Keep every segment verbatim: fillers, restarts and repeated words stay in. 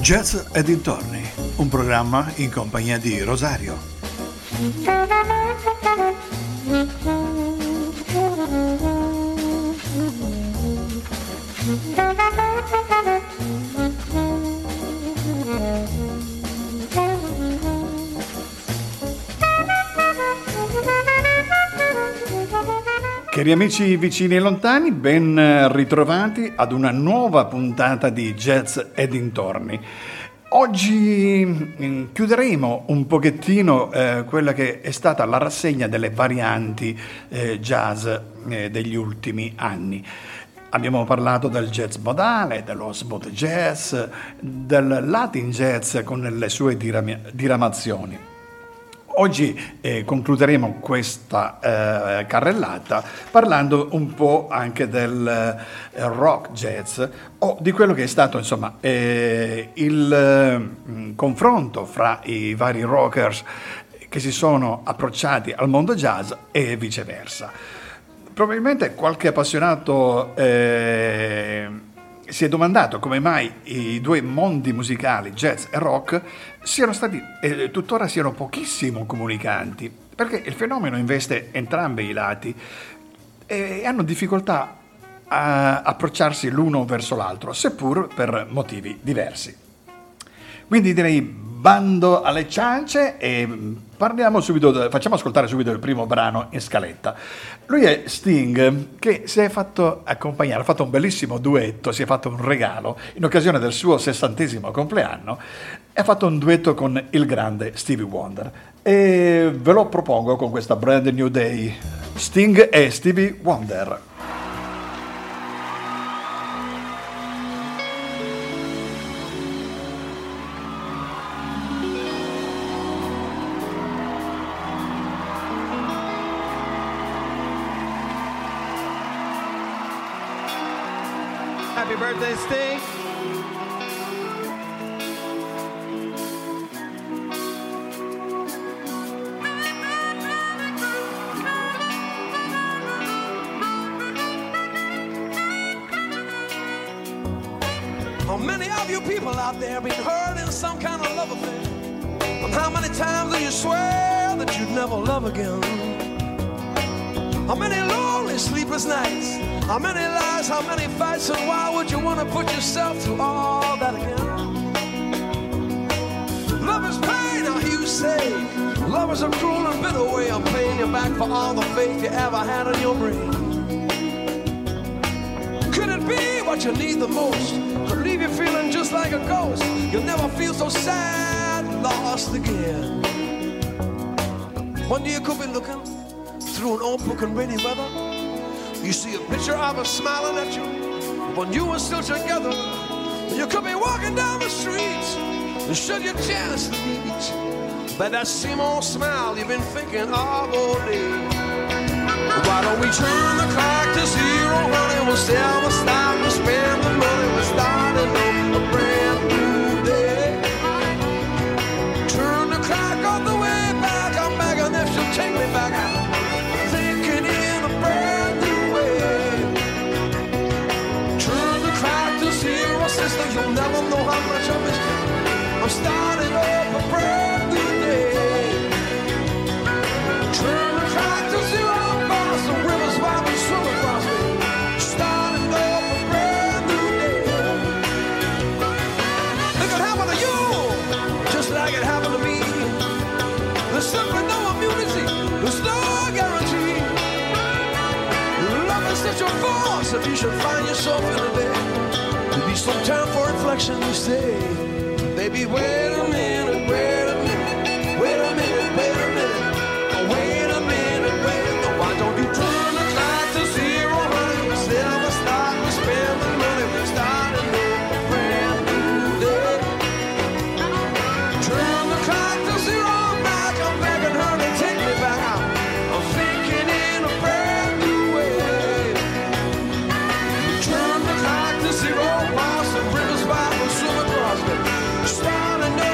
Jazz e dintorni, un programma in compagnia di Rosario. Cari amici vicini e lontani, ben ritrovati ad una nuova puntata di Jazz e dintorni. Oggi chiuderemo un pochettino eh, quella che è stata la rassegna delle varianti eh, jazz eh, degli ultimi anni. Abbiamo parlato del jazz modale, dello smooth jazz, del Latin jazz con le sue diram- diramazioni. Oggi eh, concluderemo questa eh, carrellata parlando un po' anche del eh, rock jazz o di quello che è stato insomma eh, il eh, confronto fra i vari rockers che si sono approcciati al mondo jazz e viceversa. Probabilmente qualche appassionato eh, si è domandato come mai i due mondi musicali, jazz e rock, siano stati e tuttora siano pochissimo comunicanti, perché il fenomeno investe entrambi i lati e hanno difficoltà a approcciarsi l'uno verso l'altro, seppur per motivi diversi. Quindi direi bando alle ciance e parliamo subito, facciamo ascoltare subito il primo brano in scaletta. Lui è Sting, che si è fatto accompagnare, ha fatto un bellissimo duetto, si è fatto un regalo in occasione del suo sessantesimo compleanno e ha fatto un duetto con il grande Stevie Wonder. E ve lo propongo con questa Brand New Day, Sting e Stevie Wonder. Happy birthday, Sting. How many of you people out there been hurt in some kind of love affair? And how many times do you swear that you'd never love again? How many lonely, sleepless nights? How many lies, how many fights, and why would you want to put yourself through all that again? Love is pain, now you say. Love is a cruel and bitter way of paying you back for all the faith you ever had in your brain. Could it be what you need the most? Could leave you feeling just like a ghost. You'll never feel so sad, lost again. One day you could be looking through an old book in rainy weather. You see a picture of her smiling at you when you were still together. You could be walking down the street, and should you chance to meet, but that same old smile you've been thinking of all day. Why don't we turn the clock to zero, honey? We'll sell the stock and spend the money. We're starting on a brand new day. Turn the clock all the way back. I'm begging if she'll take me back out. Thinking in a brand new way. Turn the clock to zero, sister. You'll never know how much I miss you. I'm starting up a brand new day. Turn the clock to zero, boss. The rivers wild and swim across me. Starting up a brand new day. It could happen to you, just like it happened to me. There's simply no immunity. There's no guarantee. Love is such a force if you should find yourself in a day. To be some time for reflection, you say, baby, wait a minute, wait a minute, wait a minute, wait a minute, oh, wait a minute, wait a minute. Why don't you turn the clock to zero, honey? Silver stock, we spend the money, we're starting a brand new day. Turn the clock to zero back, I'm begging her to take me back out. I'm thinking in a brand new way. Turn the clock to zero, while some rivers wild and swim across me. Starting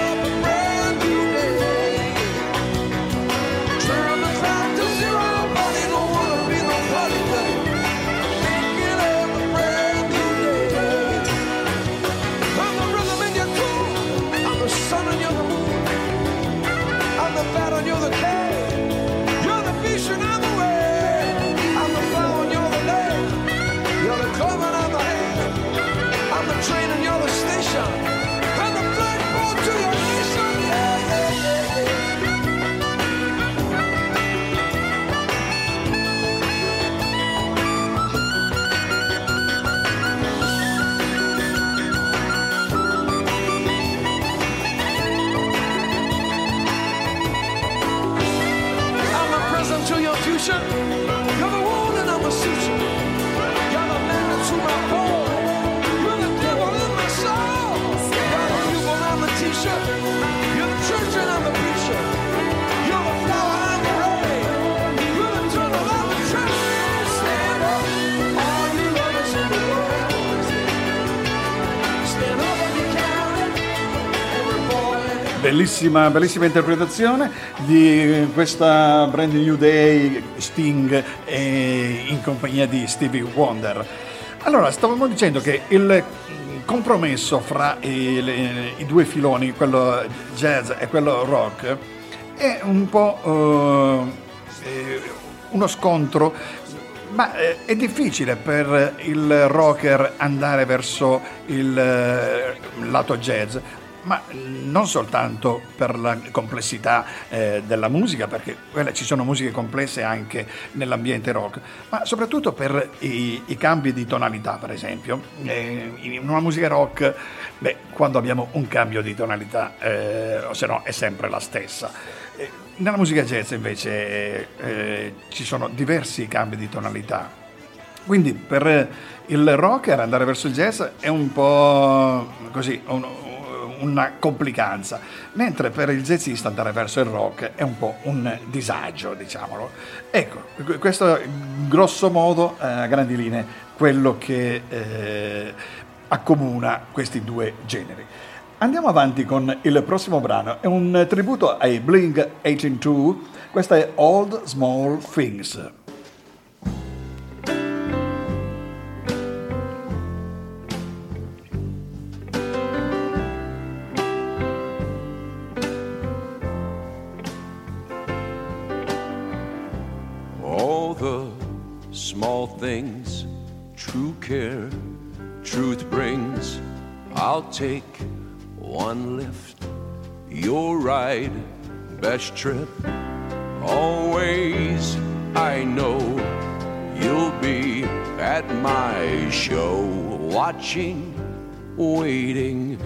future. You're the one and I'm a suture. You're the magnet to my bone. You're the devil in my soul. You're the pupil, I'm the teacher. You're the church and I'm the preacher. You're the flower, I'm the rain. You're the tunnel, I'm the train. Stand up, all you lovers in the world. Stand up if you can. Every boy. Bellissima, bellissima interpretazione di questa Brand New Day, Sting e in compagnia di Stevie Wonder. Allora, stavamo dicendo che il compromesso fra i, le, i due filoni, quello jazz e quello rock, è un po' uh, eh, uno scontro, ma eh, è difficile per il rocker andare verso il eh, lato jazz, ma non soltanto per la complessità eh, della musica, perché quella, ci sono musiche complesse anche nell'ambiente rock, ma soprattutto per i, i cambi di tonalità, per esempio. Eh, in una musica rock, beh, quando abbiamo un cambio di tonalità, eh, o se no è sempre la stessa. Eh, nella musica jazz invece eh, ci sono diversi cambi di tonalità. Quindi per il rocker andare verso il jazz è un po' così, un, una complicanza, mentre per il jazzista andare verso il rock è un po' un disagio, diciamolo. Ecco, questo grosso modo, eh, a grandi linee, quello che eh, accomuna questi due generi. Andiamo avanti con il prossimo brano, è un tributo ai Blink centottantadue, questa è Old Small Things. Small things, true care, truth brings. I'll take one lift, your ride, best trip. Always, I know you'll be at my show, watching, waiting,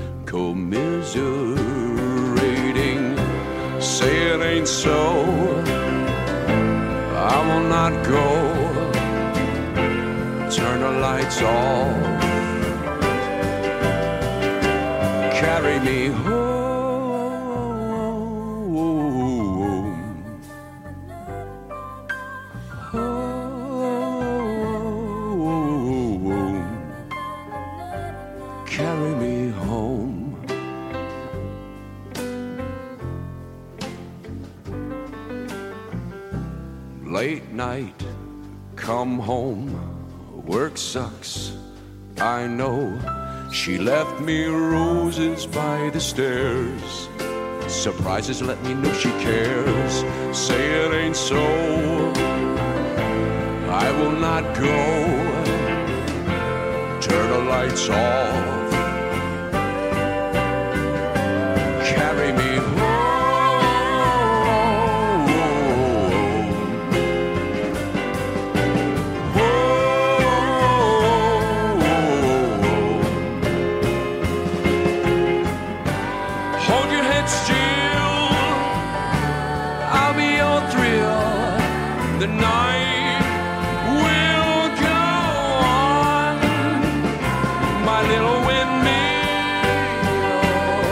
commiserating. Say it ain't so, I will not go. Turn the lights off, carry me home, home, carry me home. Late night, come home. Work sucks, I know. She left me roses by the stairs. Surprises let me know she cares. Say it ain't so, I will not go. Turn the lights off, carry me home. The night will go on, my little windmill.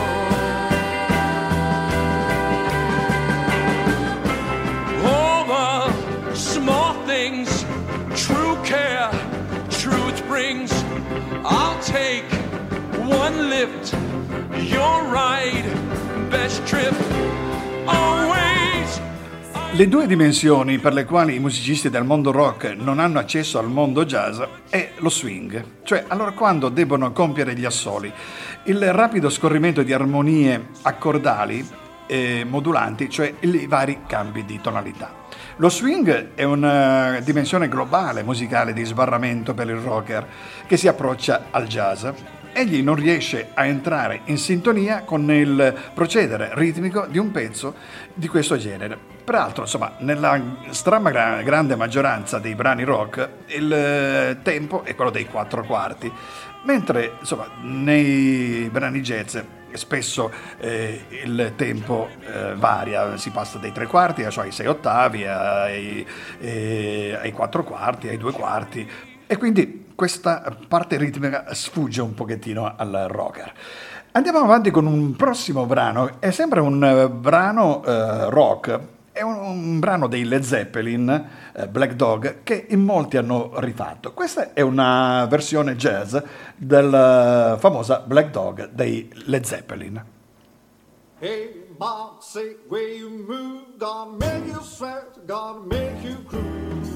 All the small things, true care, truth brings. I'll take one lift, your ride, best trip, always. Le due dimensioni per le quali i musicisti del mondo rock non hanno accesso al mondo jazz è lo swing, cioè allora quando debbono compiere gli assoli, il rapido scorrimento di armonie accordali e modulanti, cioè i vari cambi di tonalità. Lo swing è una dimensione globale musicale di sbarramento per il rocker che si approccia al jazz. Egli non riesce a entrare in sintonia con il procedere ritmico di un pezzo di questo genere. Peraltro, insomma, nella stragrande maggioranza dei brani rock il tempo è quello dei quattro quarti, mentre insomma nei brani jazz spesso eh, il tempo eh, varia, si passa dai tre quarti cioè ai sei ottavi, ai, eh, ai quattro quarti, ai due quarti, e quindi questa parte ritmica sfugge un pochettino al rocker. Andiamo avanti con un prossimo brano, è sempre un uh, brano uh, rock, è un, un brano dei Led Zeppelin, uh, Black Dog, che in molti hanno rifatto. Questa è una versione jazz della uh, famosa Black Dog dei Led Zeppelin. Hey, Bob, say where you move, gonna make you sweat, gonna make you groove.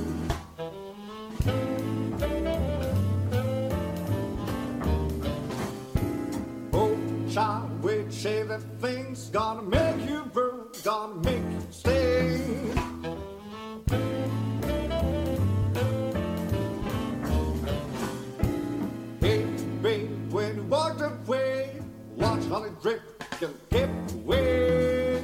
Child, wait, say that thing's gonna make you burn, gonna make you stay. Hey, babe, when you walk that way, watch how it drip, can get away.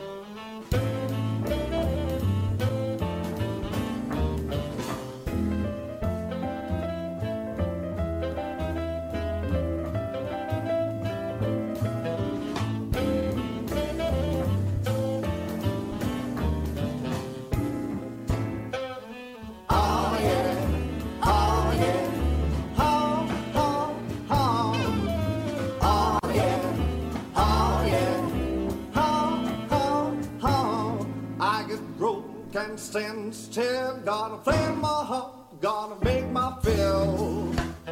Can't stand still, gonna flame my heart, gonna make my fill.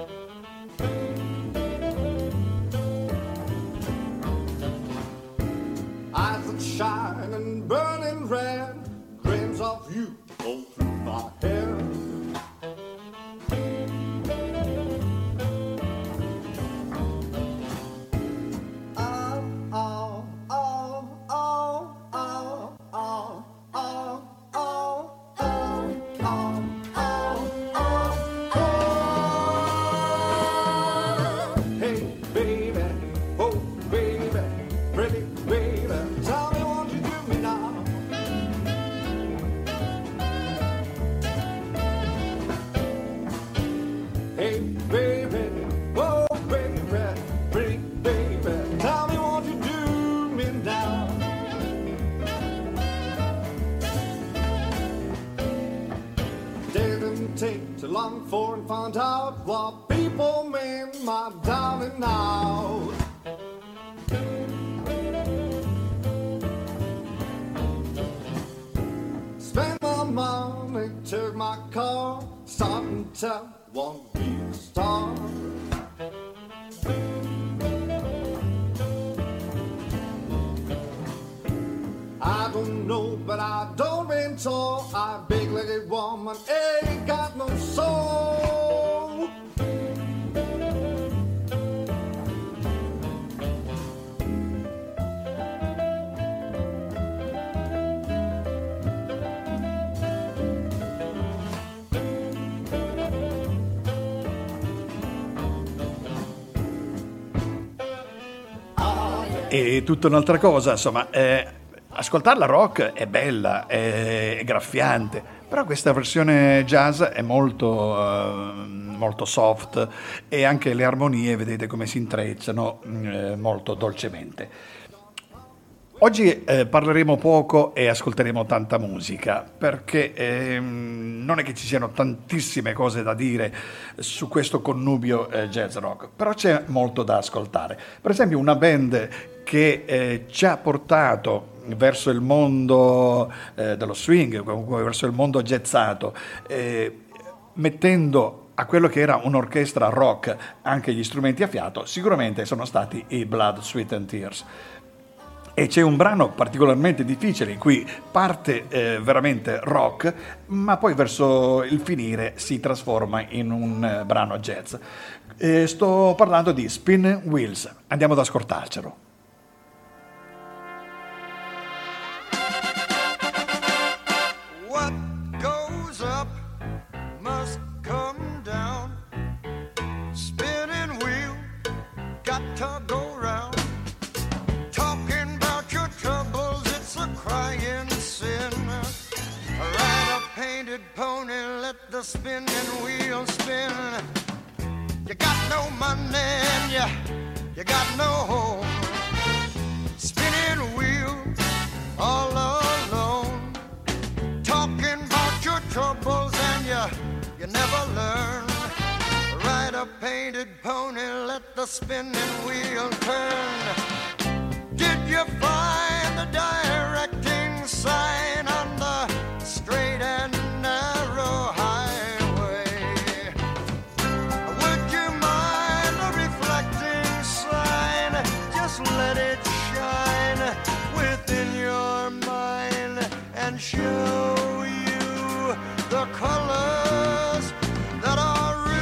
Eyes that shine and burning red, grains of you go through my hair. Oh, oh, oh, oh, oh, oh, oh. Take too long for and find out what people mean, my darling, now. Spend my money, took my car, start and tell, won't be a star. I don't know, but I don't mean so. I big legged woman ain't got no soul. E tutta un'altra cosa, insomma, eh, ascoltarla rock è bella, è, è graffiante, però questa versione jazz è molto, uh, molto soft, e anche le armonie, vedete come si intrecciano eh, molto dolcemente. Oggi eh, parleremo poco e ascolteremo tanta musica, perché ehm, non è che ci siano tantissime cose da dire su questo connubio eh, jazz rock, però c'è molto da ascoltare. Per esempio una band che eh, ci ha portato verso il mondo eh, dello swing, comunque verso il mondo jazzato, eh, mettendo a quello che era un'orchestra rock anche gli strumenti a fiato, sicuramente sono stati i Blood, Sweat and Tears. E c'è un brano particolarmente difficile in cui parte eh, veramente rock, ma poi verso il finire si trasforma in un eh, brano jazz. Eh, sto parlando di Spinning Wheels. Andiamo ad ascoltarcelo. What goes up must come down. Spinning wheel, got to go round. Talking about your troubles, it's a crying sin. Ride a painted pony, let the spinning wheel spin. You got no money and you, you got no home. troubles and you, you never learn. Ride a painted pony, let the spinning wheel turn. Did you find the directing sign on the straight and narrow highway? Would you mind the reflecting sign? Just let it shine within your mind and show you the colors that are real.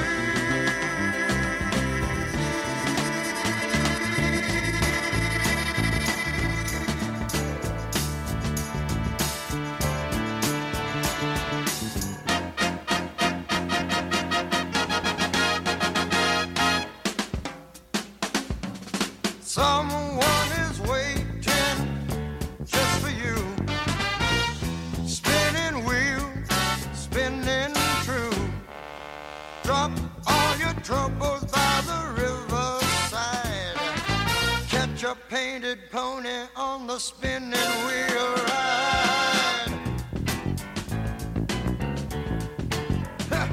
Someone is waiting just for you. Spinning wheel, spinning true. Drop all your troubles by the riverside. Catch a painted pony on the spinning wheel ride. Ha!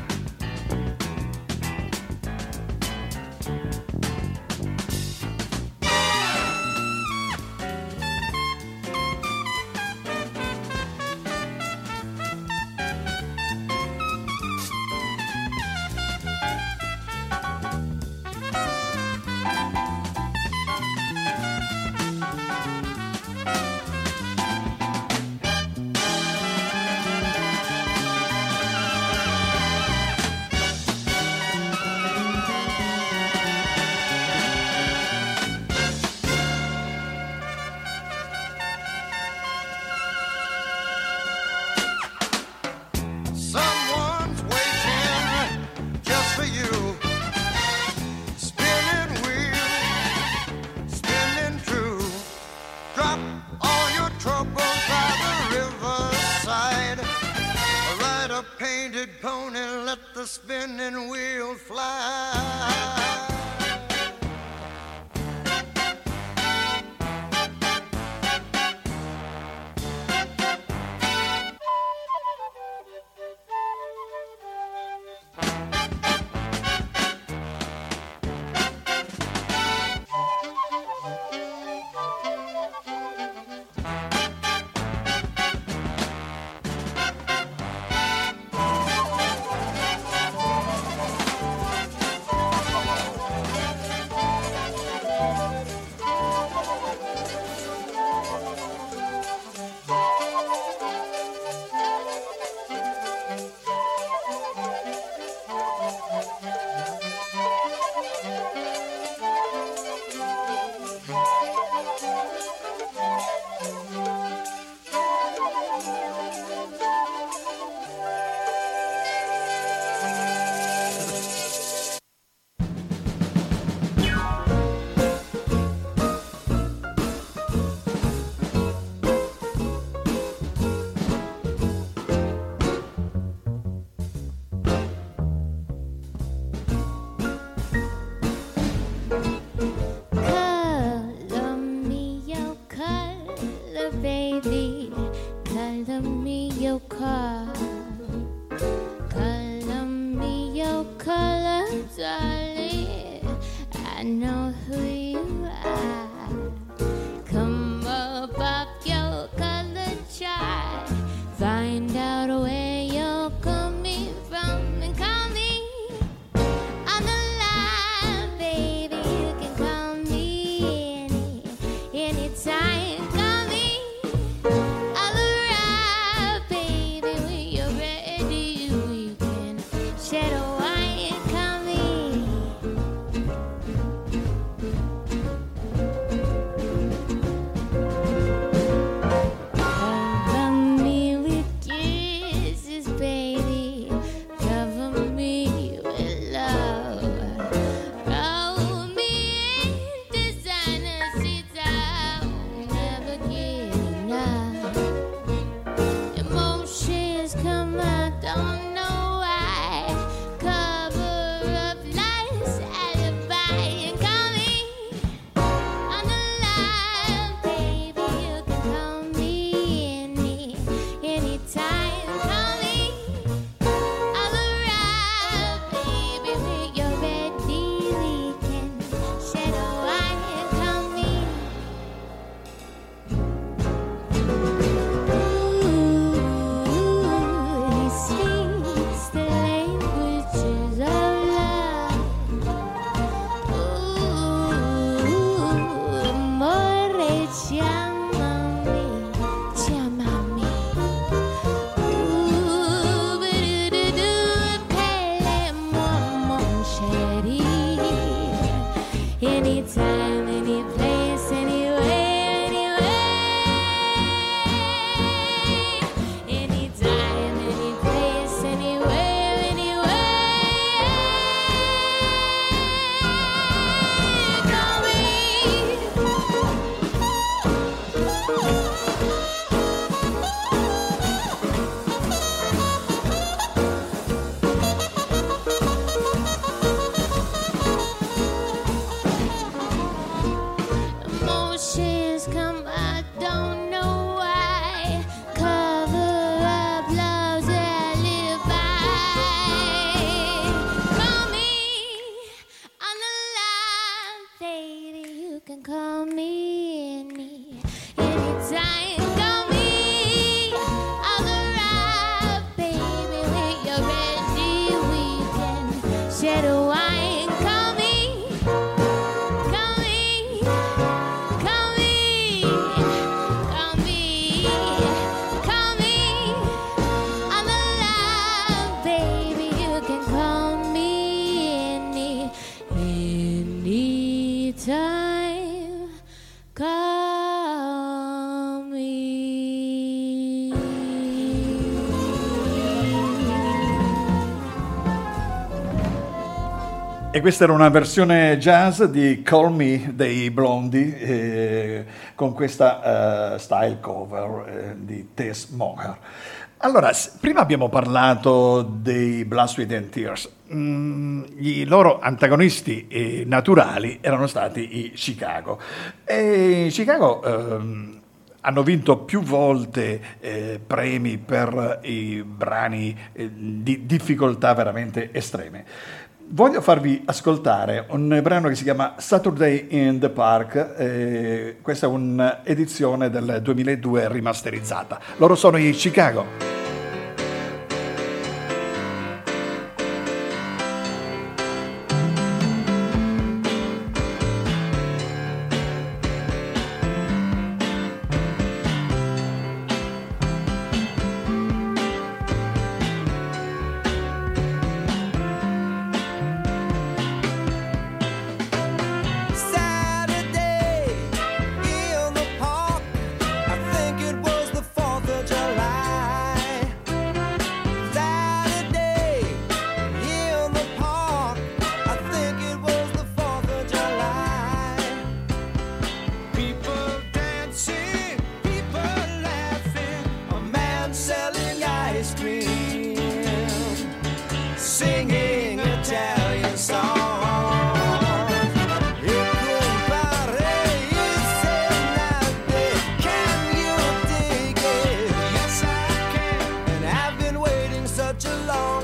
Someone's waiting just for you. Spinning wheel, spinning true. Drop all your troubles by the riverside. Ride a painted pony, let the spinning wheel fly. anytime, any place, anywhere, anywhere. Anytime, any place, anywhere, anywhere. Call me. Emotions come, I don't know why. Cover up love's alibi. Call me on the line, baby. You can call me any anytime. Call me, I'll arrive, baby. When you're ready, we can share the wine. Call me, call me. Call me, call me, call me. I'm alive, baby. You can call me any, anytime. Call me. E questa era una versione jazz di Call Me dei Blondie, eh, con questa eh, style cover eh, di Tess Moher. Allora, s- prima abbiamo parlato dei Blood, Sweat and Tears. Mm, I loro antagonisti eh, naturali erano stati i Chicago. E i Chicago ehm, hanno vinto più volte eh, premi per i brani eh, di difficoltà veramente estreme. Voglio farvi ascoltare un brano che si chiama Saturday in the Park, eh, questa è un'edizione del duemiladue rimasterizzata. Loro sono i Chicago. Saturday in the park, I think it was the fourth of July. Saturday in the park, I think it was the fourth of July. People dancing, people laughing, a man selling ice cream, singing Italian songs. Such a long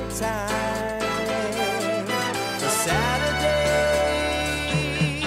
time for Saturday.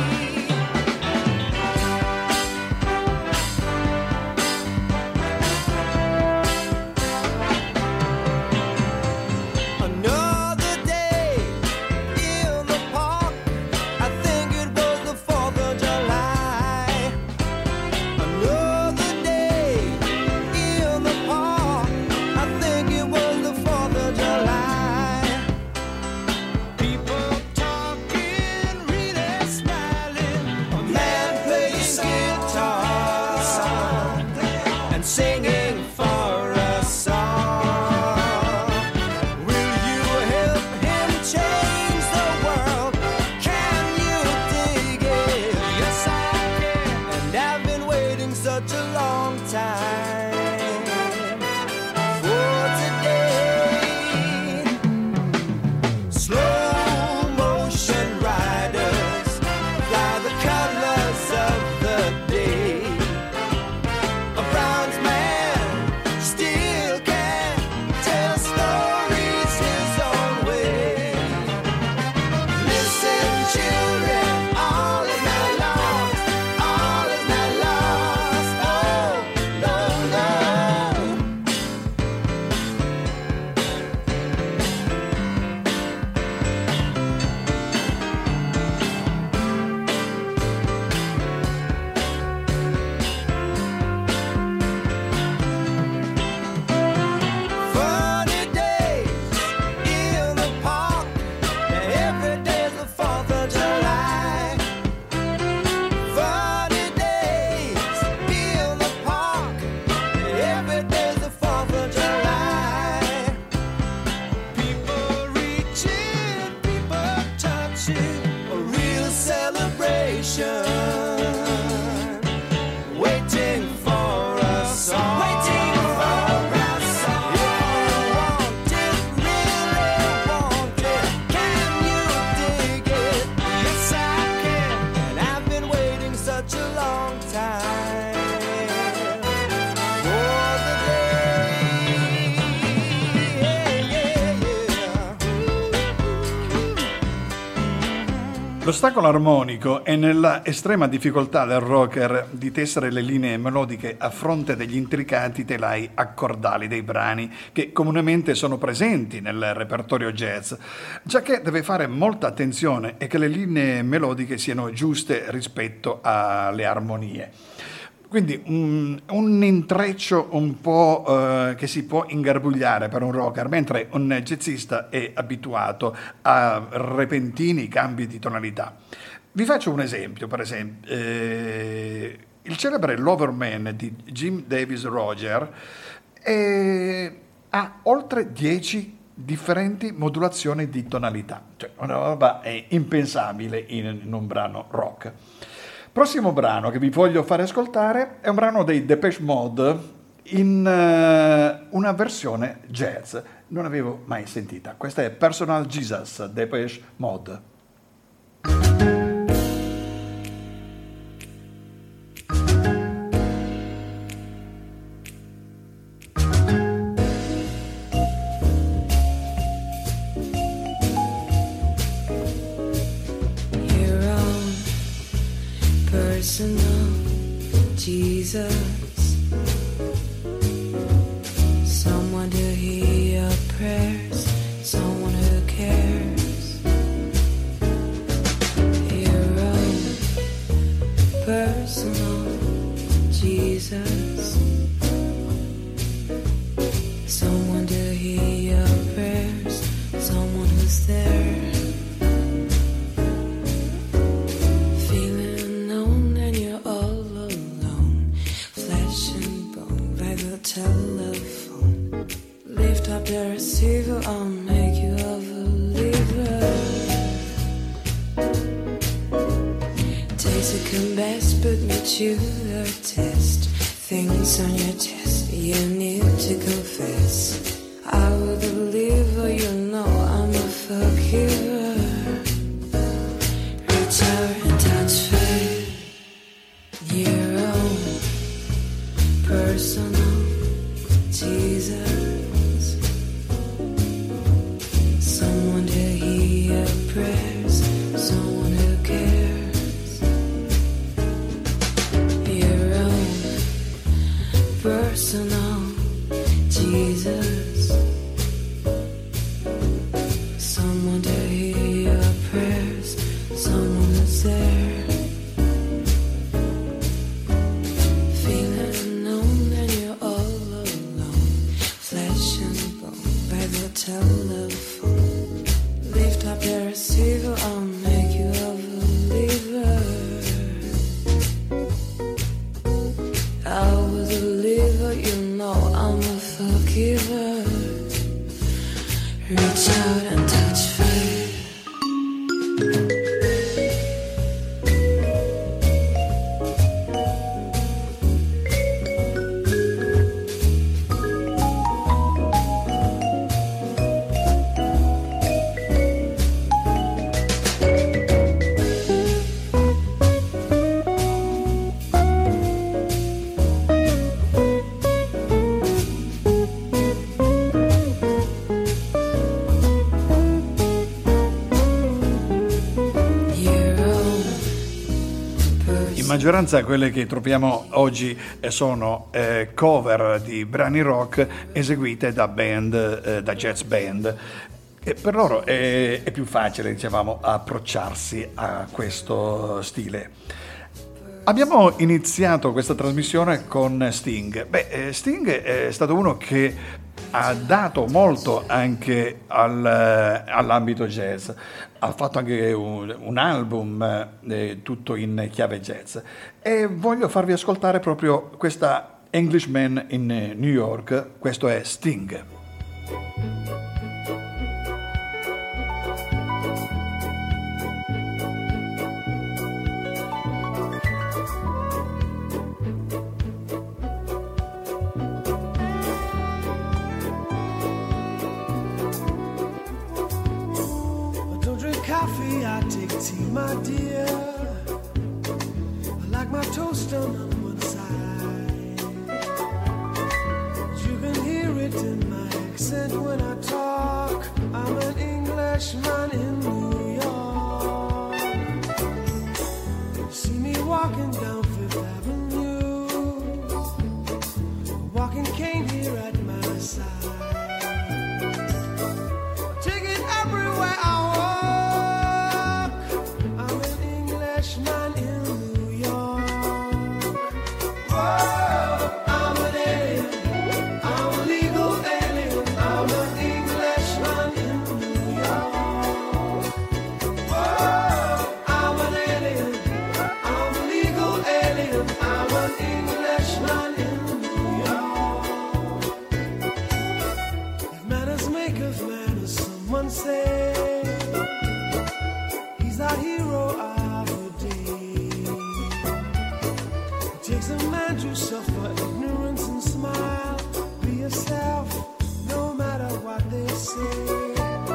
L'ostacolo armonico è nella estrema difficoltà del rocker di tessere le linee melodiche a fronte degli intricati telai accordali dei brani che comunemente sono presenti nel repertorio jazz, giacché deve fare molta attenzione e che le linee melodiche siano giuste rispetto alle armonie. Quindi un, un intreccio un po' eh, che si può ingarbugliare per un rocker, mentre un jazzista è abituato a repentini cambi di tonalità. Vi faccio un esempio, per esempio. Eh, il celebre Loverman di Jim Davis Roger eh, ha oltre dieci differenti modulazioni di tonalità, cioè una roba è impensabile in, in un brano rock. Prossimo brano che vi voglio fare ascoltare è un brano dei Depeche Mode in uh, una versione jazz. Non avevo mai sentita. Questa è Personal Jesus, Depeche Mode. Jesus, someone to hear your prayers, someone who cares. Your own personal Jesus, someone to hear your prayers, someone who's there. Telephone, lift up the receiver, I'll make you a believer. Taste it can best, put me to the test. Things on your chest, you need to confess. I will deliver, you know I'm a forgiver. Reach out and touch fire, your own personal Jesus, someone to hear your prayers, someone who cares. Your own personal Jesus, someone to hear your prayers, someone who's there. Telephone, lift up the receiver, I'll make you a believer. I will deliver, you know I'm a forgiver. Reach out and touch fire. Maggioranza quelle che troviamo oggi sono eh, cover di brani rock eseguite da band, eh, da jazz band. E per loro è, è più facile, dicevamo, approcciarsi a questo stile. Abbiamo iniziato questa trasmissione con Sting. Beh, Sting è stato uno che ha dato molto anche al, all'ambito jazz. Ha fatto anche un, un album eh, tutto in chiave jazz. E voglio farvi ascoltare proprio questa Englishman in New York. Questo è Sting. Coffee, I take tea, my dear. I like my toast on one side. You can hear it in my accent when I talk. I'm an Englishman in New York. make of man, as someone say, he's our hero of the day. It takes a man to suffer ignorance and smile. Be yourself, no matter what they say.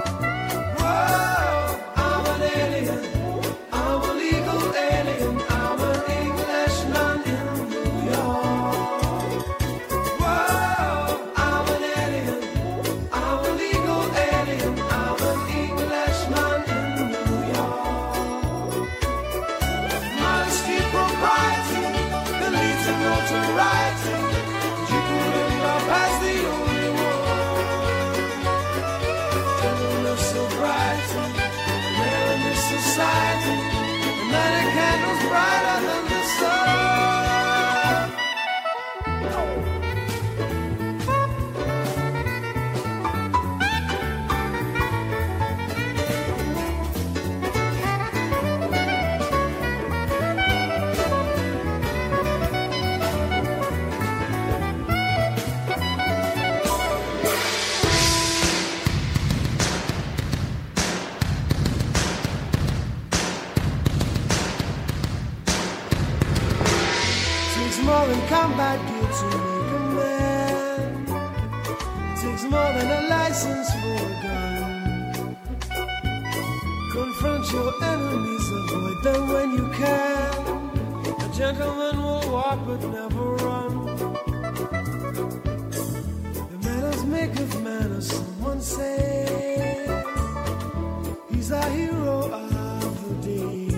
Whoa, I'm an alien, I'm a legal alien, I'm an Englishman in New York. Whoa, I'm an alien, I'm a legal alien, I'm an Englishman in New York. Modesty, propriety, the leads to notoriety. You couldn't love as the only one. Gentleness, sobriety, rare in this society. And many candles brighter than the sun. Takes more than combat gear to make a man. Takes more than a license for a gun. Confront your enemies, avoid them when you can. A gentleman will walk but never run. The manners make of manners, someone say. He's our hero of the day.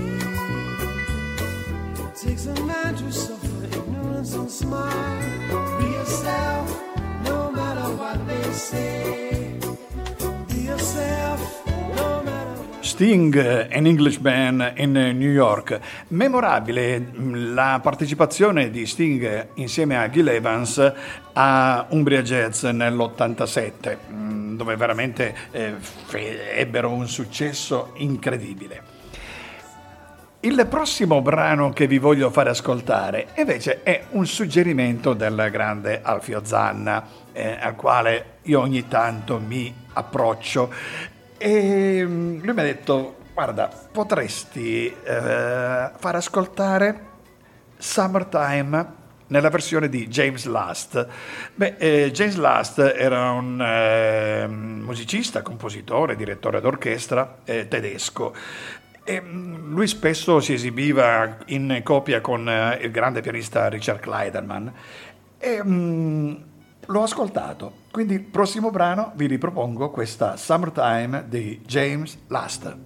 It takes a man to suffer ignorance and smile. Be yourself, no matter what they say. Be yourself, no matter what. Sting, An Englishman in New York. Memorabile mh, la partecipazione di Sting insieme a Gil Evans a Umbria Jazz nell'ottantasette, mh, dove veramente eh, fe- ebbero un successo incredibile. Il prossimo brano che vi voglio fare ascoltare invece è un suggerimento del grande Alfio Zanna, eh, al quale io ogni tanto mi approccio, e lui mi ha detto: guarda, potresti eh, far ascoltare Summertime nella versione di James Last. Beh, eh, James Last era un eh, musicista, compositore, direttore d'orchestra eh, tedesco. E lui spesso si esibiva in coppia con eh, il grande pianista Richard Clayderman e mm, l'ho ascoltato. Quindi il prossimo brano vi ripropongo questa Summertime di James Last.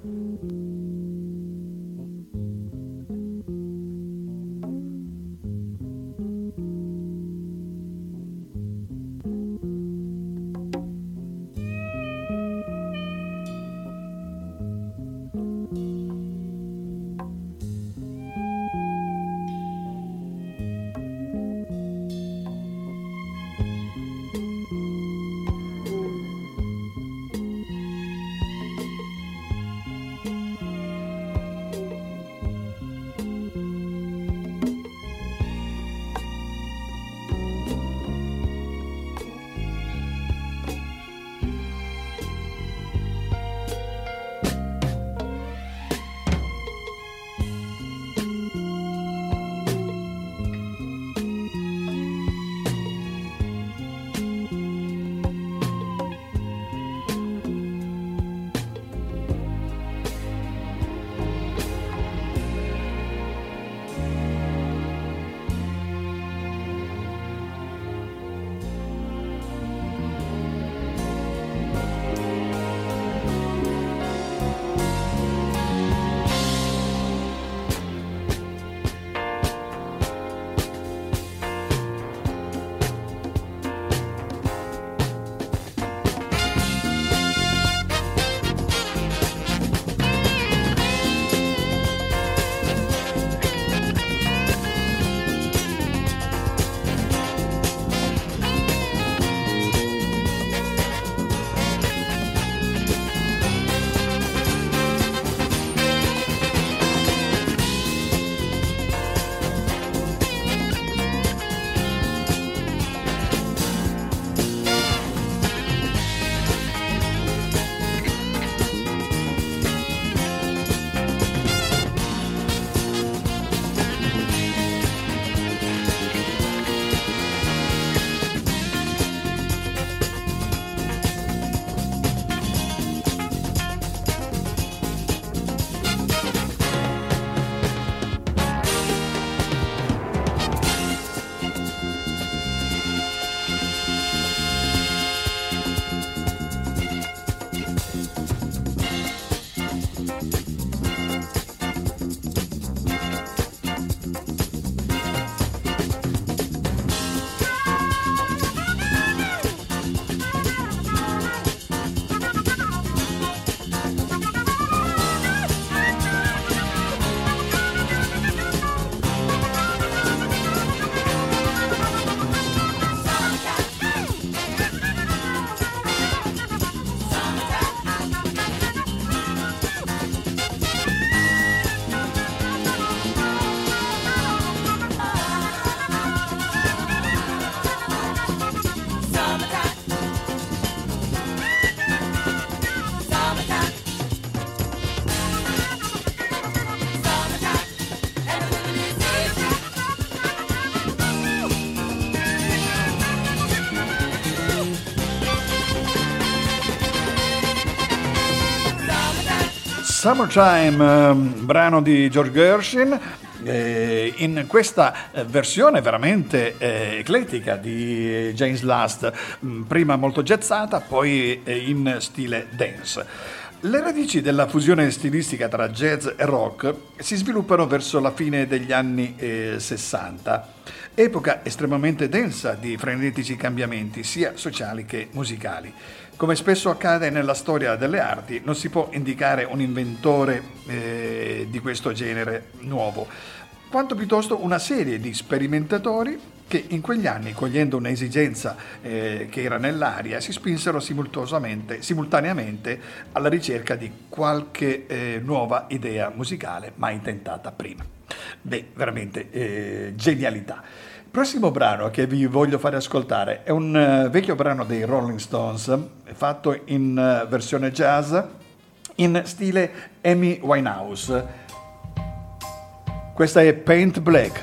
Summertime, um, brano di George Gershwin, eh, in questa eh, versione veramente eh, eclettica di James Last, mh, prima molto jazzata, poi eh, in stile dance. Le radici della fusione stilistica tra jazz e rock si sviluppano verso la fine degli anni eh, sessanta, epoca estremamente densa di frenetici cambiamenti sia sociali che musicali. Come spesso accade nella storia delle arti, non si può indicare un inventore eh, di questo genere nuovo, quanto piuttosto una serie di sperimentatori che in quegli anni, cogliendo un'esigenza eh, che era nell'aria, si spinsero simultaneamente, simultaneamente alla ricerca di qualche eh, nuova idea musicale mai tentata prima. Beh, veramente eh, genialità. Il prossimo brano che vi voglio fare ascoltare è un uh, vecchio brano dei Rolling Stones, fatto in uh, versione jazz, in stile Amy Winehouse. Questa è Paint Black.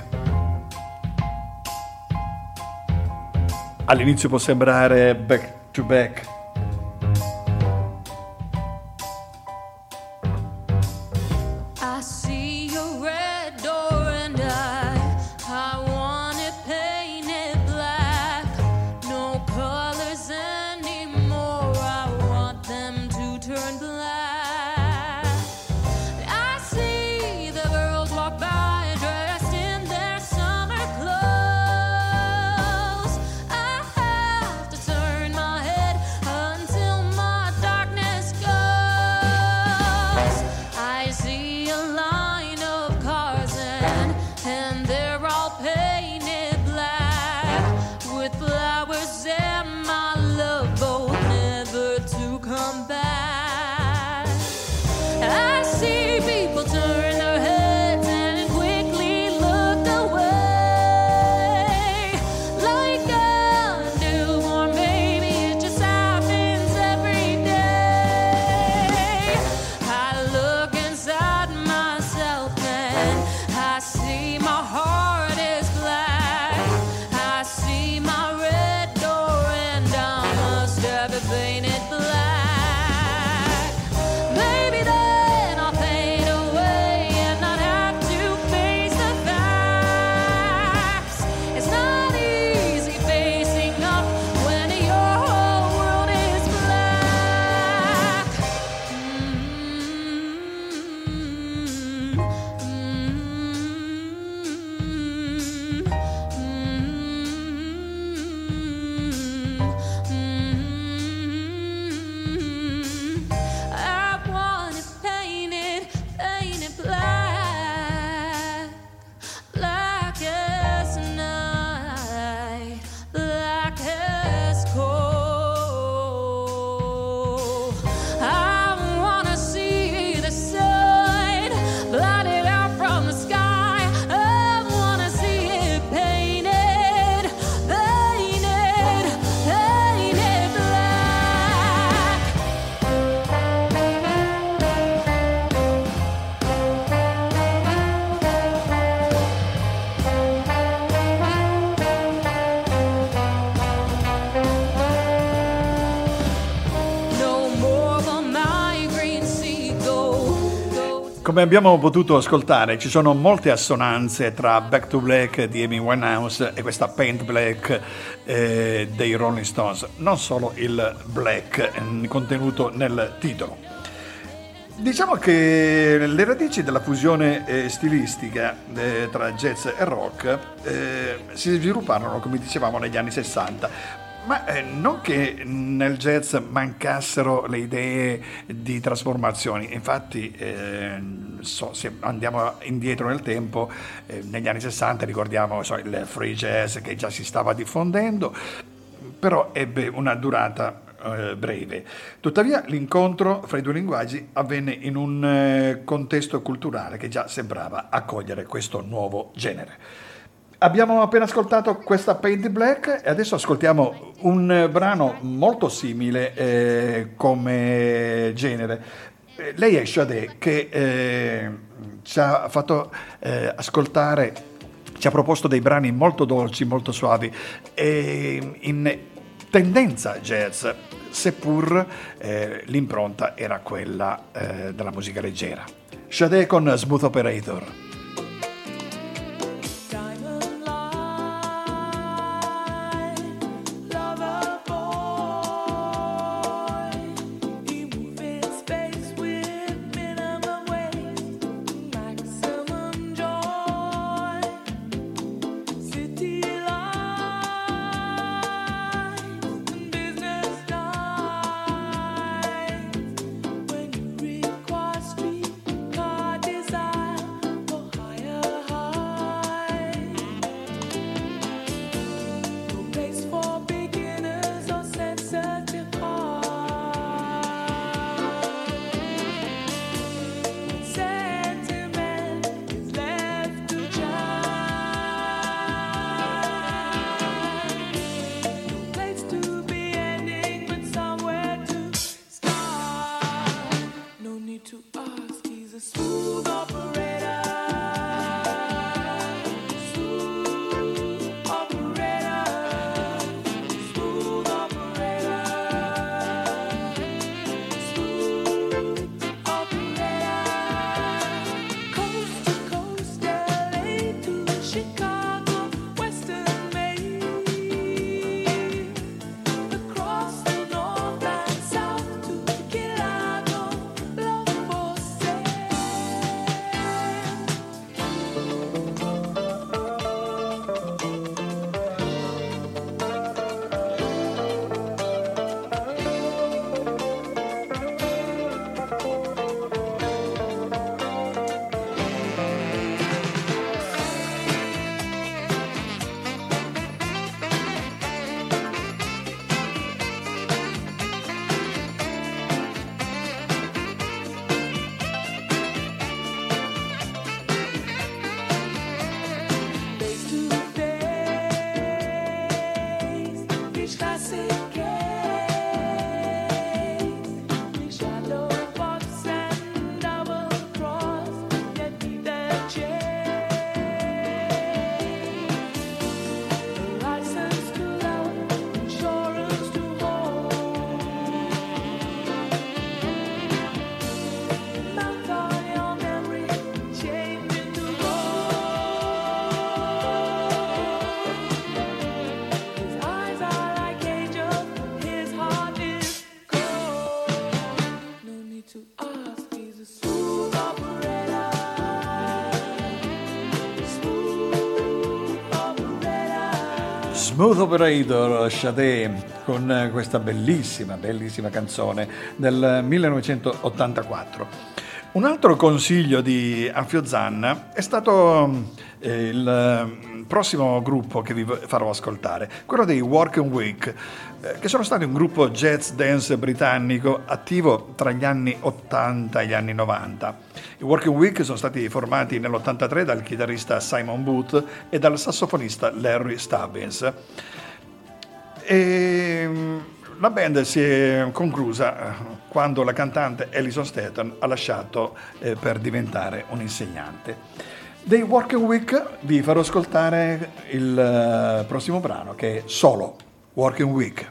All'inizio può sembrare back to back. I see your red door and I, I want it painted black. No colors anymore, I want them to turn black. I see the girls walk by dressed in their summer clothes. I have to turn my head until my darkness goes. I see a line of cars and, and they're all painted black with flowers and my love both never to come back. I see people turn their heads and quickly look away like a newborn baby. It just happens every day. I look inside myself and I see my heart is black. I see my red door and I must have it painted black. Maybe then I'll fade away and not have to face the facts. It's not easy facing up when your whole world is black. I want it painted, painted black, black as night, black as coal. I wanna see the sun blotted out from the sky. I wanna see it painted, painted, painted black. No more will my green sea go, go to Come abbiamo potuto ascoltare, ci sono molte assonanze tra Back to Black di Amy Winehouse e questa Paint Black eh, dei Rolling Stones, non solo il black eh, contenuto nel titolo. Diciamo che le radici della fusione eh, stilistica eh, tra jazz e rock eh, si svilupparono, come dicevamo, negli anni sessanta. Ma eh, non che nel jazz mancassero le idee di trasformazioni, infatti eh, so, se andiamo indietro nel tempo, eh, negli anni sessanta ricordiamo so, il free jazz che già si stava diffondendo, però ebbe una durata eh, breve. Tuttavia l'incontro fra i due linguaggi avvenne in un eh, contesto culturale che già sembrava accogliere questo nuovo genere. Abbiamo appena ascoltato questa Painted Black e adesso ascoltiamo un brano molto simile eh, come genere. Eh, lei è Sade che eh, ci ha fatto eh, ascoltare, ci ha proposto dei brani molto dolci, molto suavi e in tendenza jazz, seppur eh, l'impronta era quella eh, della musica leggera. Sade con Smooth Operator. Smooth Operator, Sade, con questa bellissima, bellissima canzone del millenovecentottantaquattro. Un altro consiglio di Alfio Zanna è stato eh, il prossimo gruppo che vi farò ascoltare, quello dei Working Week, eh, che sono stati un gruppo jazz dance britannico attivo tra gli anni ottanta e gli anni novanta. I Working Week sono stati formati nell'ottantatré dal chitarrista Simon Booth e dal sassofonista Larry Stubbins. E la band si è conclusa quando la cantante Alison Staton ha lasciato eh, per diventare un insegnante. Dei Working Week vi farò ascoltare il uh, prossimo brano, che è Solo, Working Week.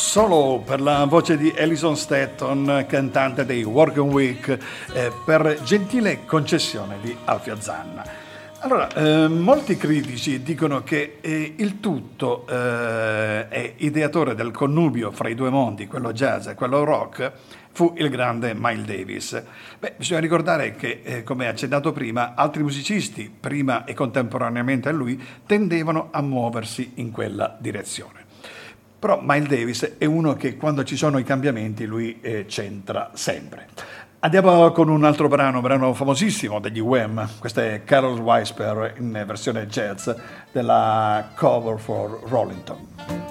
Solo per la voce di Alison Staton, cantante dei Working Week, eh, per gentile concessione di Alfio Zanna. Allora, eh, molti critici dicono che eh, il tutto eh, è ideatore del connubio fra i due mondi, quello jazz e quello rock, fu il grande Miles Davis. Beh, bisogna ricordare che, eh, come accennato prima, altri musicisti, prima e contemporaneamente a lui, tendevano a muoversi in quella direzione. Però Miles Davis è uno che quando ci sono i cambiamenti lui eh, c'entra sempre. Andiamo con un altro brano, un brano famosissimo degli Wham. Questa è Carol Weisper in versione jazz della Cover for Rollington.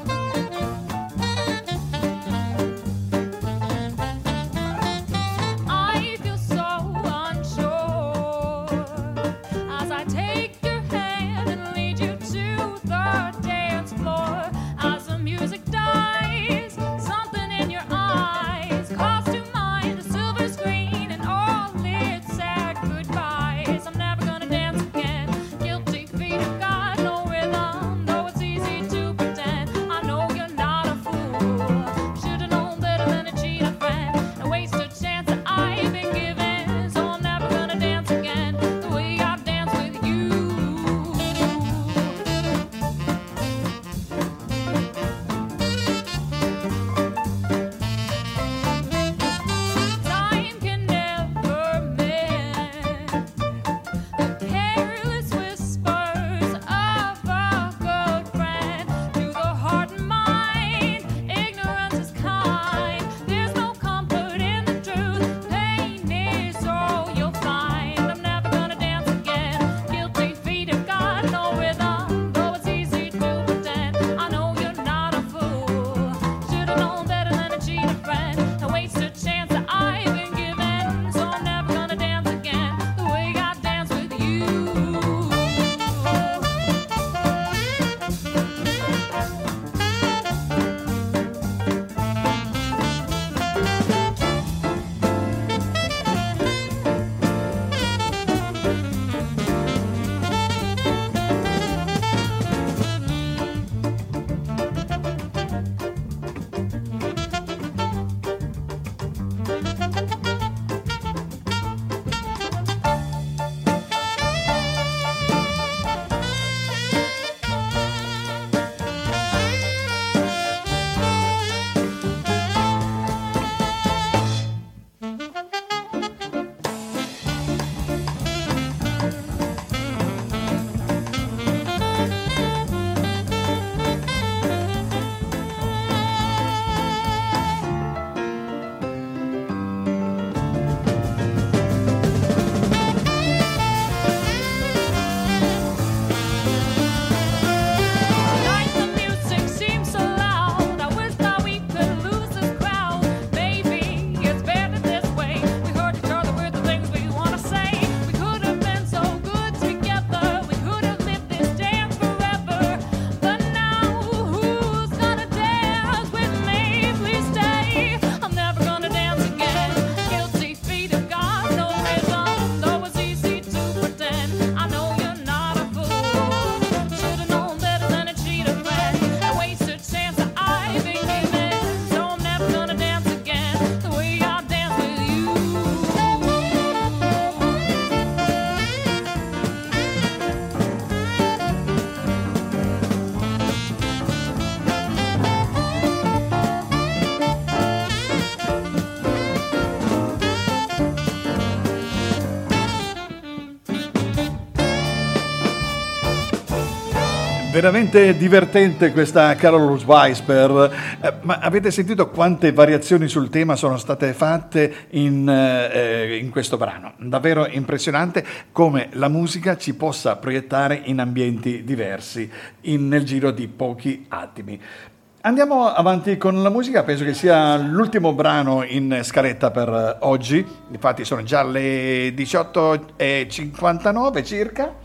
Veramente divertente questa Carol Weisper, eh, ma avete sentito quante variazioni sul tema sono state fatte in, eh, in questo brano? Davvero impressionante come la musica ci possa proiettare in ambienti diversi in, nel giro di pochi attimi. Andiamo avanti con la musica, penso che sia l'ultimo brano in scaletta per oggi, infatti sono già le diciotto e cinquantanove circa.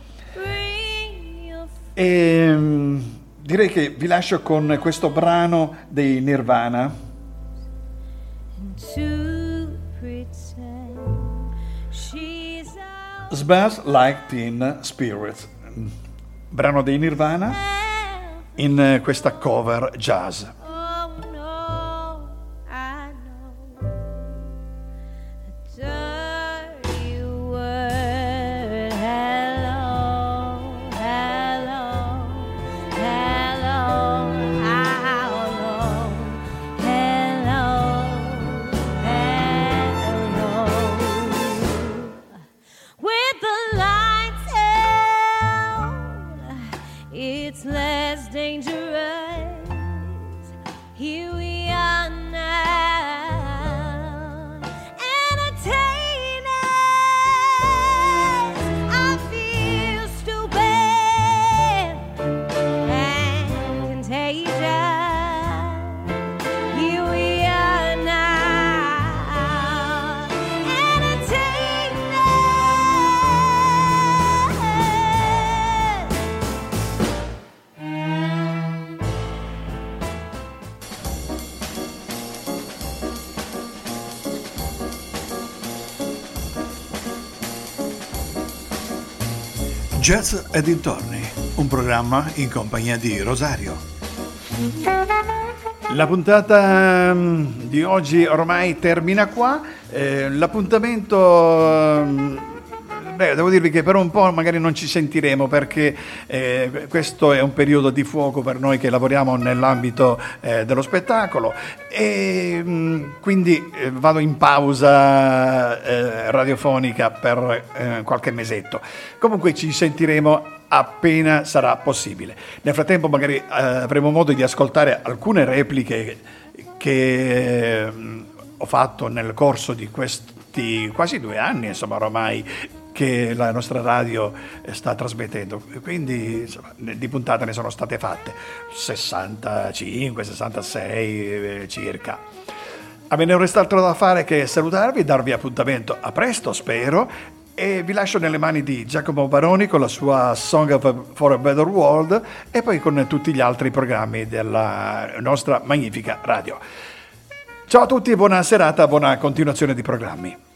E direi che vi lascio con questo brano dei Nirvana. Smells Like Teen Spirit, brano dei Nirvana in questa cover jazz. Oh no. Here we are now, entertainment. Jazz e dintorni, un programma in compagnia di Rosario. La puntata mm, di oggi ormai termina qua. Eh, l'appuntamento, mm, beh, devo dirvi che per un po' magari non ci sentiremo, perché eh, questo è un periodo di fuoco per noi che lavoriamo nell'ambito eh, dello spettacolo, e mm, quindi eh, vado in pausa eh, radiofonica per eh, qualche mesetto. Comunque ci sentiremo appena sarà possibile. Nel frattempo magari eh, avremo modo di ascoltare alcune repliche che eh, ho fatto nel corso di questi quasi due anni, insomma, ormai, che la nostra radio sta trasmettendo. Quindi insomma, di puntate ne sono state fatte sessantacinque sessantasei eh, circa. A me non resta altro da fare che salutarvi, darvi appuntamento a presto, spero, e vi lascio nelle mani di Giacomo Baroni con la sua Song of a, for a Better World, e poi con tutti gli altri programmi della nostra magnifica radio. Ciao a tutti, buona serata, buona continuazione di programmi.